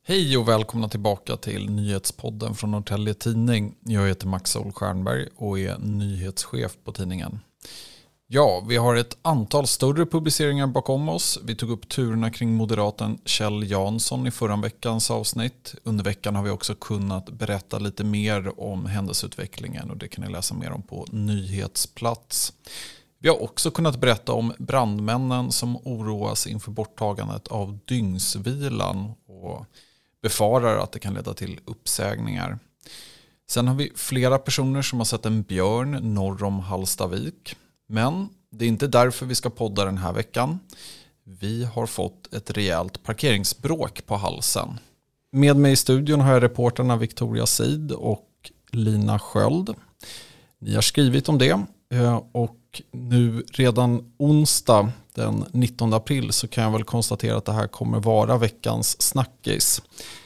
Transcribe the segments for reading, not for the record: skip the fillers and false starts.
Hej och välkomna tillbaka till nyhetspodden från Norrtälje Tidning. Jag heter Max Stjernberg och är nyhetschef på tidningen. Ja, vi har ett antal större publiceringar bakom oss. Vi tog upp turerna kring moderaten Kjell Jansson i förra veckans avsnitt. Under veckan har vi också kunnat berätta lite mer om händelseutvecklingen och det kan ni läsa mer om på Nyhetsplats. Vi har också kunnat berätta om brandmännen som oroas inför borttagandet av dygnsvilan och befarar att det kan leda till uppsägningar. Sen har vi flera personer som har sett en björn norr om Hallstavik. Men det är inte därför vi ska podda den här veckan. Vi har fått ett rejält parkeringsbråk på halsen. Med mig i studion har jag reporterna Victoria Sid och Lina Sköld. Ni har skrivit om det och nu redan onsdag den 19 april så kan jag väl konstatera att det här kommer vara veckans snackis.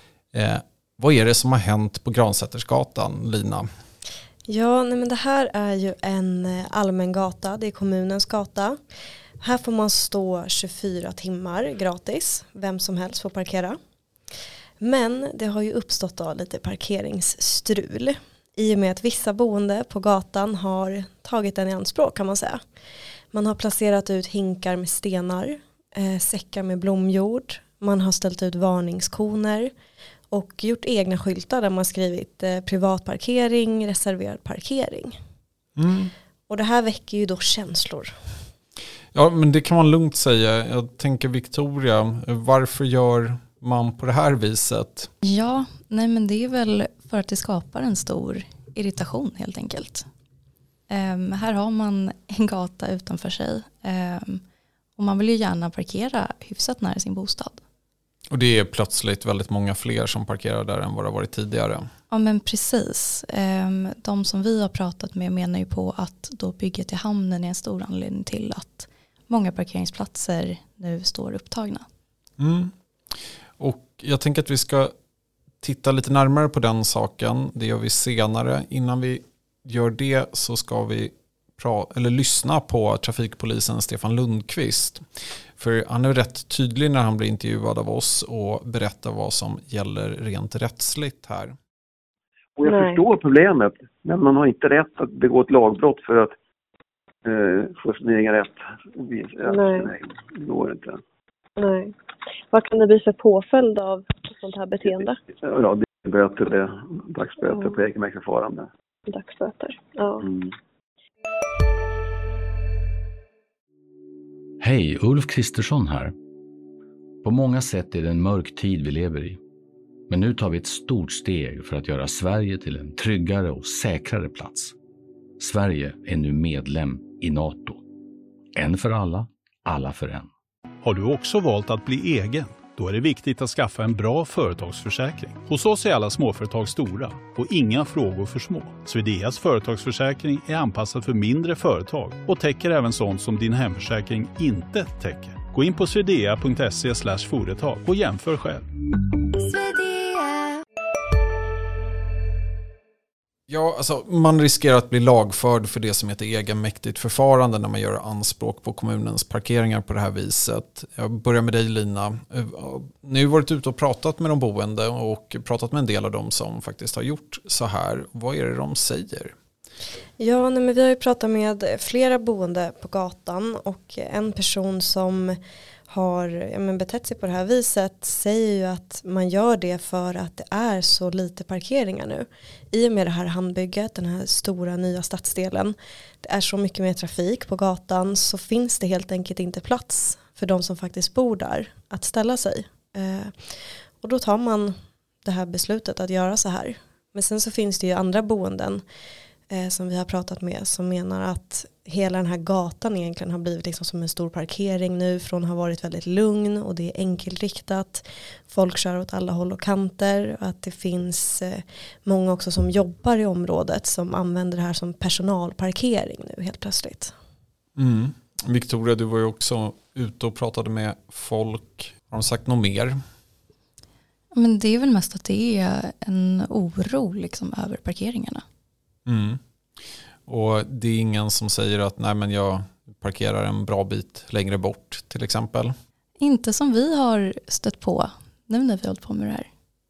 Vad är det som har hänt på Gransättersgatan, Lina? Ja, men det här är ju en allmän gata, det är kommunens gata. Här får man stå 24 timmar gratis, vem som helst får parkera. Men det har ju uppstått då lite parkeringsstrul. I och med att vissa boende på gatan har tagit den i anspråk kan man säga. Man har placerat ut hinkar med stenar, säckar med blomjord. Man har ställt ut varningskoner och gjort egna skyltar där man skrivit privatparkering, reserverad parkering. Och det här väcker ju då känslor. Ja, men det kan man lugnt säga. Jag tänker Victoria, varför gör man på det här viset? Ja, nej men det är väl för att det skapar en stor irritation helt enkelt. Här har man en gata utanför sig och man vill ju gärna parkera hyfsat nära sin bostad. Och det är plötsligt väldigt många fler som parkerar där än vad det har varit tidigare. Ja men precis. De som vi har pratat med menar ju på att då bygget i hamnen är en stor anledning till att många parkeringsplatser nu står upptagna. Och jag tänker att vi ska titta lite närmare på den saken. Det gör vi senare. Innan vi gör det så ska vi lyssna på trafikpolisen Stefan Lundqvist. För han är rätt tydlig när han blir intervjuad av oss och berättar vad som gäller rent rättsligt här. Och jag förstår problemet, men man har inte rätt att begå ett lagbrott för att få sin egen rätt. Nej. Det går inte. Nej. Vad kan det bli för påföljd av sånt här beteende? Ja, det är böter, dagsböter på egenmäktarförfarande. Dagsböter, ja. Hej, Ulf Kristersson här. På många sätt är det en mörk tid vi lever i. Men nu tar vi ett stort steg för att göra Sverige till en tryggare och säkrare plats. Sverige är nu medlem i NATO. En för alla, alla för en. Har du också valt att bli egen? Då är det viktigt att skaffa en bra företagsförsäkring. Hos oss är alla småföretag stora och inga frågor för små. Swedeas företagsförsäkring är anpassad för mindre företag och täcker även sånt som din hemförsäkring inte täcker. Gå in på swedea.se/företag och jämför själv. Ja, alltså man riskerar att bli lagförd för det som heter egenmäktigt förfarande när man gör anspråk på kommunens parkeringar på det här viset. Jag börjar med dig Lina. Ni har varit ute och pratat med de boende och pratat med en del av dem som faktiskt har gjort så här. Vad är det de säger? Ja, men vi har ju pratat med flera boende på gatan och en person som har betett sig på det här viset säger ju att man gör det för att det är så lite parkeringar nu. I och med det här hamnbygget, den här stora nya stadsdelen, det är så mycket mer trafik på gatan så finns det helt enkelt inte plats för de som faktiskt bor där att ställa sig. Och då tar man det här beslutet att göra så här. Men sen så finns det ju andra boenden som vi har pratat med som menar att hela den här gatan egentligen har blivit liksom som en stor parkering nu från att ha varit väldigt lugn och det är enkelriktat. Folk kör åt alla håll och kanter och att det finns många också som jobbar i området som använder det här som personalparkering nu helt plötsligt. Victoria, du var ju också ute och pratade med folk. Har de sagt något mer? Men det är väl mest att det är en oro liksom över parkeringarna. Och det är ingen som säger att nej men jag parkerar en bra bit längre bort till exempel? Inte som vi har stött på nu när vi har hållit på med det här.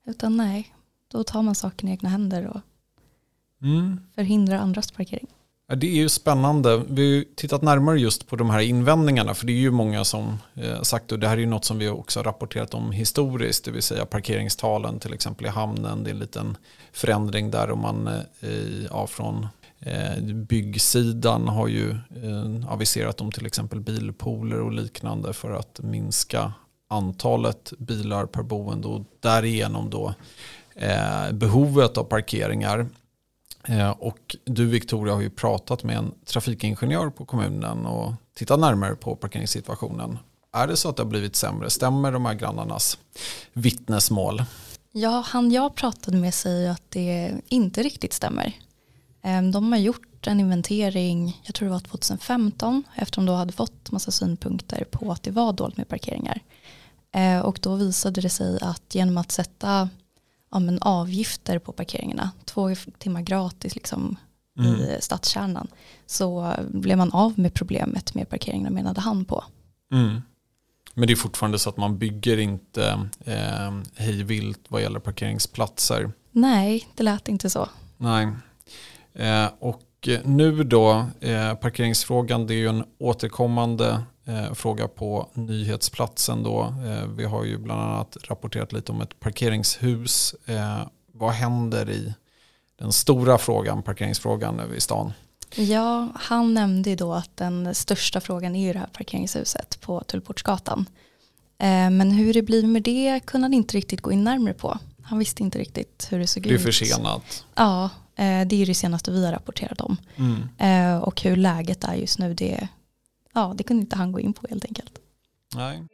Utan nej, då tar man saken i egna händer och förhindrar andras parkering. Ja, det är ju spännande. Vi har ju tittat närmare just på de här invändningarna, för det är ju många som sagt, och det här är ju något som vi också har rapporterat om historiskt, det vill säga parkeringstalen till exempel i hamnen. Det är en liten förändring där, och man från byggsidan har ju aviserat om till exempel bilpooler och liknande för att minska antalet bilar per boende och därigenom då behovet av parkeringar. Och du, Victoria, har ju pratat med en trafikingenjör på kommunen och tittat närmare på parkeringssituationen. Är det så att det har blivit sämre? Stämmer de här grannarnas vittnesmål? Ja, han jag pratade med säger att det inte riktigt stämmer. De har gjort en inventering, jag tror det var 2015, efter de då hade fått massa synpunkter på att det var dåligt med parkeringar. Och då visade det sig att genom att sätta avgifter på parkeringarna, 2 timmar gratis liksom, i stadskärnan, så blev man av med problemet med parkeringarna, menade han på. Men det är fortfarande så att man bygger inte hejvilt vad gäller parkeringsplatser? Nej, det lät inte så. Nej. Och nu då, parkeringsfrågan, det är ju en återkommande fråga på nyhetsplatsen då. Vi har ju bland annat rapporterat lite om ett parkeringshus. Vad händer i den stora frågan, parkeringsfrågan över i stan? Ja, han nämnde ju då att den största frågan är ju det här parkeringshuset på Tullportsgatan. Men hur det blir med det kunde han inte riktigt gå in närmare på. Han visste inte riktigt hur det såg ut. Det är försenat. Ja, det är ju det senaste vi har rapporterat om. Och hur läget är just nu, det kunde inte han gå in på helt enkelt. Nej.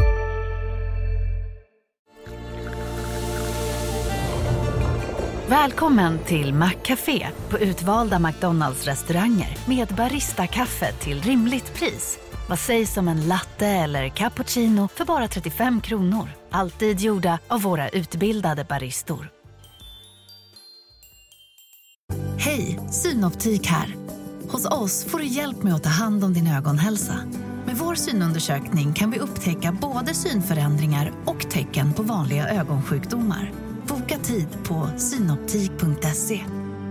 Välkommen till McCafé på utvalda McDonalds-restauranger med Barista-kaffe till rimligt pris. Vad sägs om en latte eller cappuccino för bara 35 kronor? Alltid gjorda av våra utbildade baristor. Hej, Synoptik här. Hos oss får du hjälp med att ta hand om din ögonhälsa. Med vår synundersökning kan vi upptäcka både synförändringar och tecken på vanliga ögonsjukdomar. Boka tid på synoptik.se.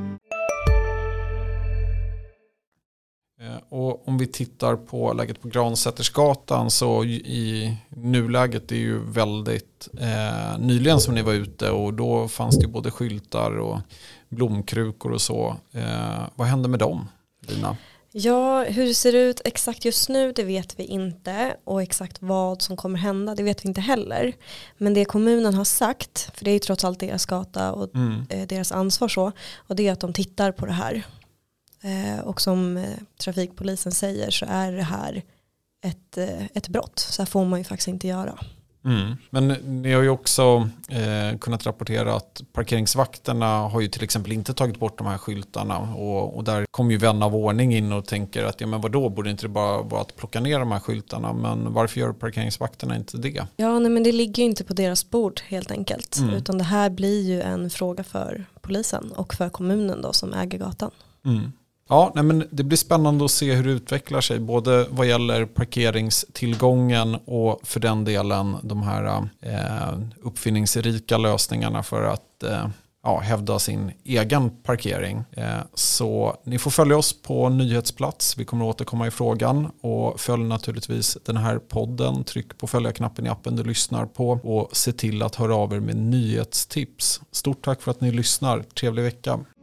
Och om vi tittar på läget på Gransättersgatan, så i nuläget är ju väldigt nyligen som ni var ute, och då fanns det ju både skyltar och blomkrukor och så. Vad hände med dem, Lina? Ja, hur det ser ut exakt just nu, det vet vi inte. Och exakt vad som kommer hända, det vet vi inte heller. Men det kommunen har sagt, för det är ju trots allt deras gata och deras ansvar så, och det är att de tittar på det här. Och som trafikpolisen säger så är det här ett brott. Så här får man ju faktiskt inte göra. Men ni har ju också kunnat rapportera att parkeringsvakterna har ju till exempel inte tagit bort de här skyltarna, och där kommer ju vän av ordning in och tänker att men vadå, borde inte det bara vara att plocka ner de här skyltarna, men varför gör parkeringsvakterna inte det? Ja, nej, men det ligger ju inte på deras bord helt enkelt, utan det här blir ju en fråga för polisen och för kommunen då som äger gatan. Ja, nej, men det blir spännande att se hur det utvecklar sig, både vad gäller parkeringstillgången och för den delen de här uppfinningsrika lösningarna för att hävda sin egen parkering. Så ni får följa oss på Nyhetsplats. Vi kommer att återkomma i frågan, och följ naturligtvis den här podden. Tryck på följa-knappen i appen du lyssnar på och se till att höra av er med nyhetstips. Stort tack för att ni lyssnar. Trevlig vecka.